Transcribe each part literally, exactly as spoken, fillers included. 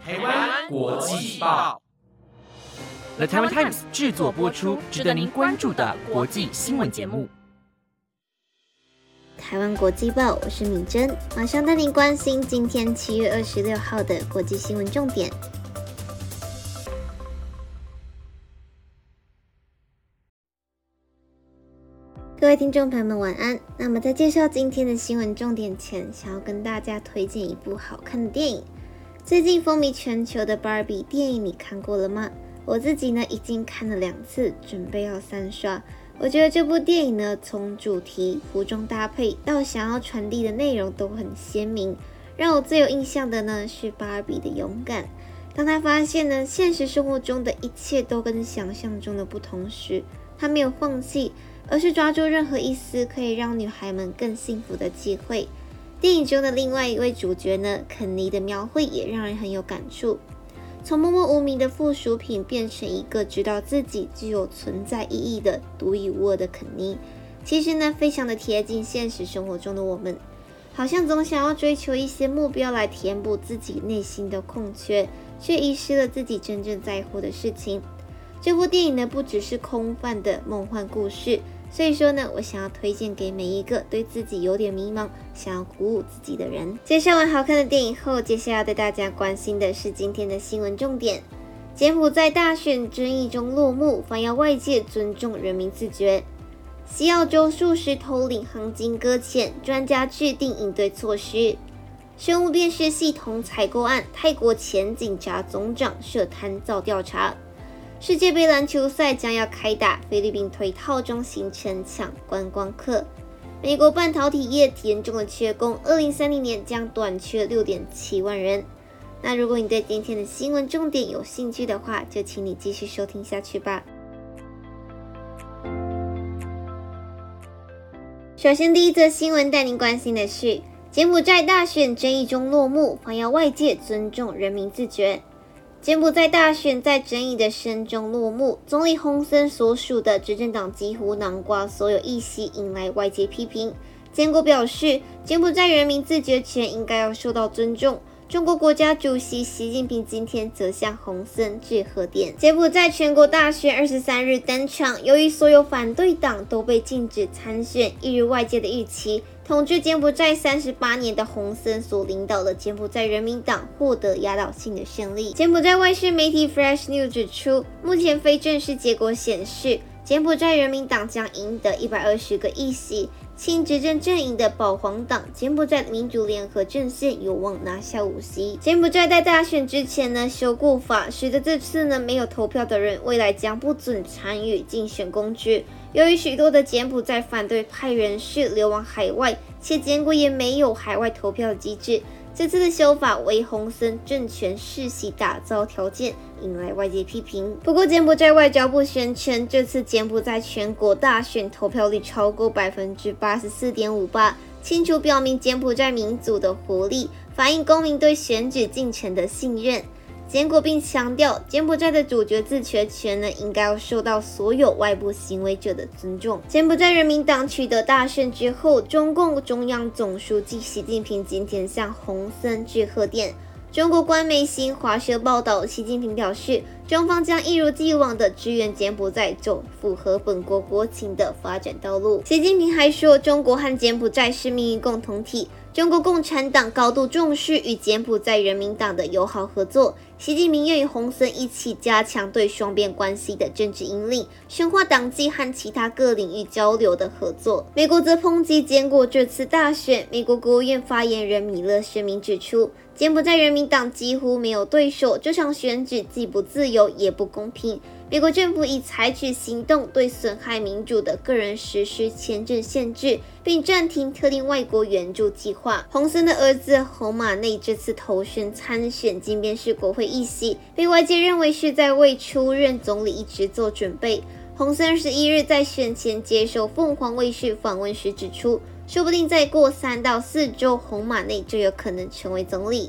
台湾国际报 The Taiwan Times 制作播出，值得您关注的国际新闻节目。 台湾国际报，我是敏珍，马上带您关心今天七月二十六号的国际新闻重点。各位听众朋友们，晚安。那么在介绍今天的新闻重点前，想要跟大家推荐一部好看的电影。最近风靡全球的 Barbie 电影，你看过了吗？我自己呢已经看了两次，准备要三刷。我觉得这部电影呢，从主题、服装搭配到想要传递的内容都很鲜明。让我最有印象的呢是 Barbie 的勇敢。当他发现呢现实生活中的一切都跟想象中的不同时，他没有放弃，而是抓住任何一丝可以让女孩们更幸福的机会。电影中的另外一位主角呢，肯尼的描绘也让人很有感触。从默默无名的附属品变成一个知道自己具有存在意义的独一无二的肯尼，其实呢非常的贴近现实生活中的我们，好像总想要追求一些目标来填补自己内心的空缺，却遗失了自己真正在乎的事情。这部电影呢不只是空泛的梦幻故事，所以说呢我想要推荐给每一个对自己有点迷茫，想要鼓舞自己的人。介绍完好看的电影后，接下来带大家关心的是今天的新闻重点。柬埔寨大选争议中落幕，反要外界尊重人民自决。西澳洲数十头领行经搁浅，专家制定应对措施。生物辨识系统采购案，泰国前警察总长涉贪遭调查。世界杯篮球赛将要开打，菲律宾推套装行程抢观光客。美国半导体业严重的缺工，二零三零年将短缺 六点七万人。那如果你对今天的新闻重点有兴趣的话，就请你继续收听下去吧。首先第一则新闻带您关心的是，柬埔寨大选争议中落幕，反要外界尊重人民自决。柬埔寨大选在争议的声中落幕，总理洪森所属的执政党几乎囊括所有议席，引来外界批评。柬国表示，柬埔寨人民自决权应该要受到尊重。中国国家主席习近平今天则向洪森致贺电。柬埔寨全国大选二十三日登场，由于所有反对党都被禁止参选，一如外界的预期，统治柬埔寨三十八年的洪森所领导的柬埔寨人民党获得压倒性的胜利。柬埔寨外事媒体 Fresh News 指出，目前非正式结果显示，柬埔寨人民党将赢得一百二十个议席，亲执政阵营的保皇党柬埔寨民主联合阵线有望拿下五席。柬埔寨在大选之前呢修过法，使得这次呢没有投票的人未来将不准参与竞选公职。由于许多的柬埔寨反对派人士流亡海外，且柬国也没有海外投票机制，这次的修法为洪森政权世袭打造条件，引来外界批评。不过柬埔寨外交部宣称，这次柬埔寨全国大选投票率超过 百分之八十四点五八， 清楚表明柬埔寨民主的活力，反映公民对选举进程的信任。柬国并强调，柬埔寨的主角自决权呢，应该要受到所有外部行为者的尊重。柬埔寨人民党取得大胜之后，中共中央总书记习近平今天向洪森致贺电。中国官媒新华社报道，习近平表示，中方将一如既往的支援柬埔寨走符合本国国情的发展道路。习近平还说，中国和柬埔寨是命运共同体，中国共产党高度重视与柬埔寨人民党的友好合作。习近平愿与洪森一起加强对双边关系的政治引领，深化党际和其他各领域交流的合作。美国则抨击柬国这次大选。美国国务院发言人米勒声明指出，柬埔寨人民党几乎没有对手，这场选举既不自由也不公平。美国政府已采取行动对损害民主的个人实施签证限制，并暂停特定外国援助计划。洪森的儿子洪马内这次投身参选金边市国会议席，被外界认为是在为出任总理一职做准备。洪森二十一日在选前接受凤凰卫视访问时指出，说不定再过三到四周，洪马内就有可能成为总理。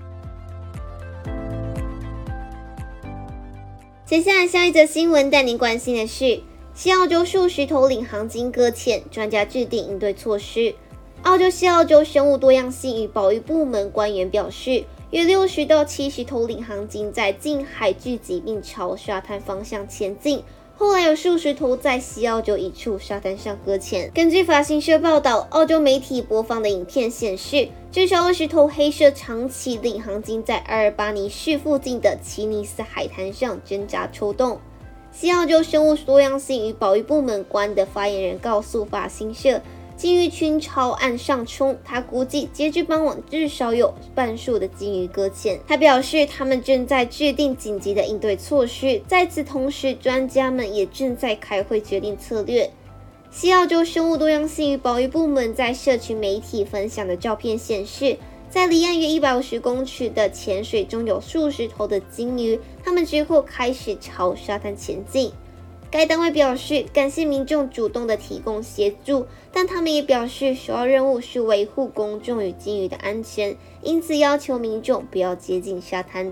接下来下一则新闻带您关心的是，西澳洲数十头领航经搁浅，专家制定应对措施。澳洲西澳洲生物多样性与保育部门官员表示， 约六十到七十头领航鲸在近海聚集并朝沙滩方向前进。后来有数十头在西澳洲一处沙滩上搁浅。根据法新社报道，澳洲媒体播放的影片显示，至少二十头黑色长鳍领航鲸在阿尔巴尼市附近的奇尼斯海滩上挣扎抽动。西澳洲生物多样性与保育部门官的发言人告诉法新社，鲸鱼群朝岸上冲，他估计截至傍晚至少有半数的鲸鱼搁浅。他表示，他们正在制定紧急的应对措施，在此同时，专家们也正在开会决定策略。西澳洲生物多样性与保育部门在社群媒体分享的照片显示，在离岸约一百五十公尺的浅水中有数十头的鲸鱼，它们之后开始朝沙滩前进。该单位表示，感谢民众主动的提供协助，但他们也表示，首要任务是维护公众与鲸鱼的安全，因此要求民众不要接近沙滩。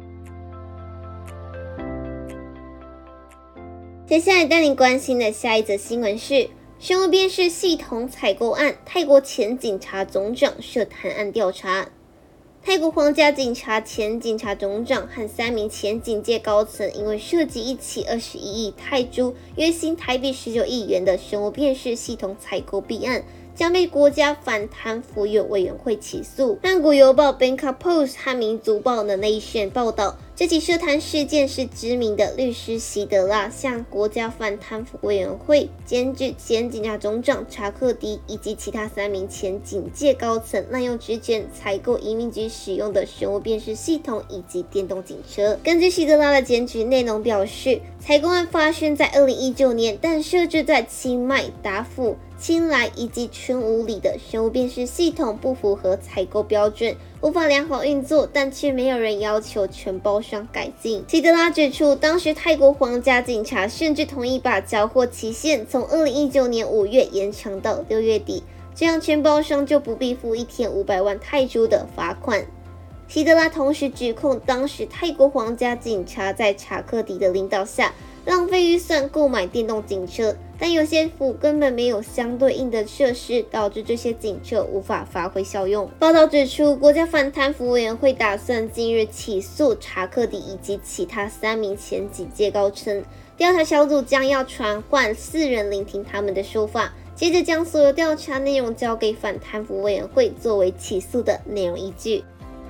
接下来带你关心的下一则新闻是，生物辨识系统采购案，泰国前警察总长涉贪案调查。泰国皇家警察前警察总长和三名前警界高层因为涉及一起二十一亿泰铢（约新台币十九亿元）的生物辨识系统采购弊案，将被国家反贪腐委员会起诉。曼谷邮报 Bangkok Post 和民族报 The Nation 报道，这起涉贪事件是知名的律师席德拉向国家反贪腐委员会检举前警察总长查克迪以及其他三名前警界高层滥用职权采购移民局使用的生物辨识系统以及电动警车。根据席德拉的检举内容表示，采购案发生在二零一九年，但设置在清迈、达府、清莱以及春武里的生物辨识系统不符合采购标准，无法良好运作，但却没有人要求承包商改进。希德拉指出，当时泰国皇家警察甚至同意把交货期限从二零一九年五月延长到六月底，这样承包商就不必付一天五百万泰铢的罚款。希德拉同时指控，当时泰国皇家警察在查克迪的领导下浪费预算购买电动警车，但有些府根本没有相对应的设施，导致这些警车无法发挥效用。报道指出，国家反贪腐委员会打算近日起诉查克迪以及其他三名前警界高层，调查小组将要传唤四人聆听他们的说法，接着将所有调查内容交给反贪腐委员会作为起诉的内容依据。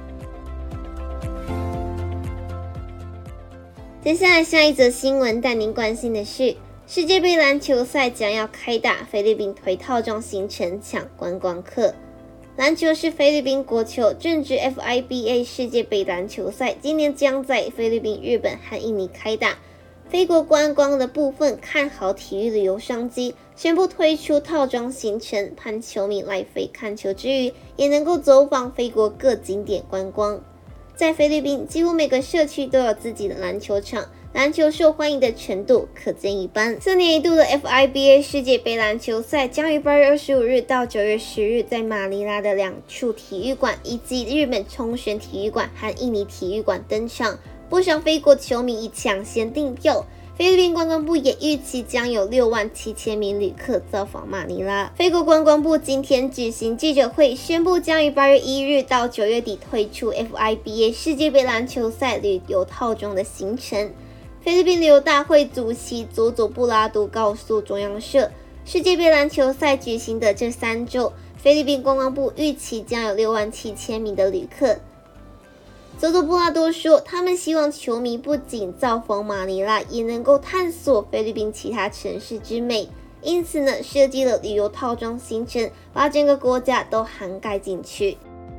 接下来下一则新闻带您关心的是，世界杯篮球赛将要开打，菲律宾推套装行程抢观光客。篮球是菲律宾国球，正值 F I B A 世界杯篮球赛，今年将在菲律宾、日本和印尼开打。菲国观光的部分看好体育旅游商机，宣布推出套装行程，盼球迷来菲看球之余，也能够走访菲国各景点观光。在菲律宾，几乎每个社区都有自己的篮球场，篮球受欢迎的程度可见一斑。四年一度的 F I B A 世界杯篮球赛将于八月二十五日到九月十日在马尼拉的两处体育馆以及日本冲绳体育馆和印尼体育馆登场，不少菲国球迷已抢先订票。菲律宾观光部也预期将有六万七千名旅客造访马尼拉。菲国观光部今天举行记者会，宣布将于八月一日到九月底推出 F I B A 世界杯篮球赛旅游套装的行程。菲律宾旅游大会主席佐佐布拉多告诉中央社，世界杯篮球赛举行的这三周，菲律宾观光部预期将有六万七千名的旅客。佐佐布拉多说，他们希望球迷不仅造访马尼拉，也能够探索菲律宾其他城市之美。因此呢，设计了旅游套装行程，把整个国家都涵盖进去。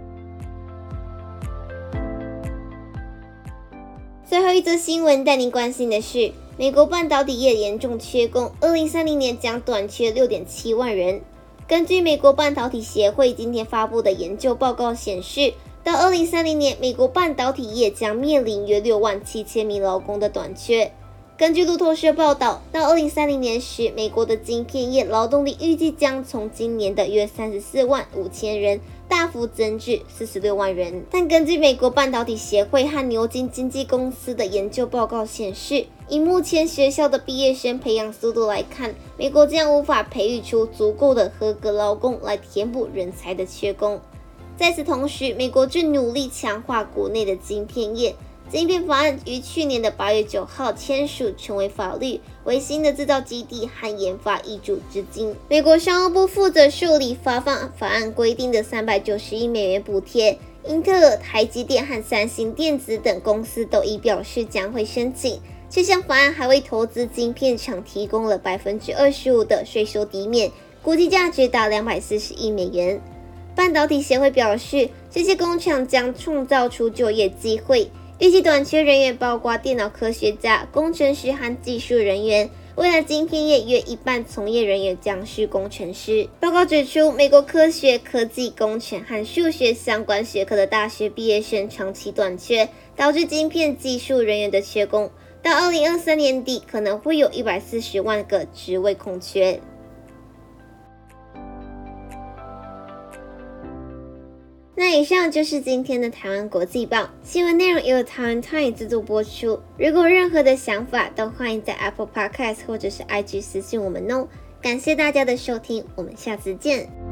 最后一则新闻带您关心的是，美国半导体业严重缺工，二零三零年将短缺 六点七万人。根据美国半导体协会今天发布的研究报告显示，到二零三零年，美国半导体业将面临约六万七千名劳工的短缺。根据路透社报道，到二零三零年时，美国的晶片业劳动力预计将从今年的约三十四万五千人大幅增至四十六万人。但根据美国半导体协会和牛津经纪公司的研究报告显示，以目前学校的毕业生培养速度来看，美国将无法培育出足够的合格劳工来填补人才的缺工。 在此同时，美国正努力强化国内的晶片业。晶片法案于去年的八月九号签署，成为法律，为新的制造基地和研发挹注资金。美国商务部负责受理发放法案规定的三百九十亿美元补贴，英特尔、台积电和三星电子等公司都已表示将会申请。这项法案还为投资晶片厂提供了 百分之二十五 的税收抵免，估计价值达两百四十亿美元。半导体协会表示，这些工厂将创造出就业机会。预计短缺人员包括电脑科学家、工程师和技术人员。未来晶片业约一半从业人员将是工程师。报告指出，美国科学、科技、工程和数学相关学科的大学毕业生长期短缺，导致晶片技术人员的缺工。到二零二三年底，可能会有一百四十万个职位空缺。那以上就是今天的台湾国际报新闻内容，由台湾 Times 制作播出。如果有任何的想法，都欢迎在 Apple Podcast 或者是 I G 私信我们哦。感谢大家的收听，我们下次见。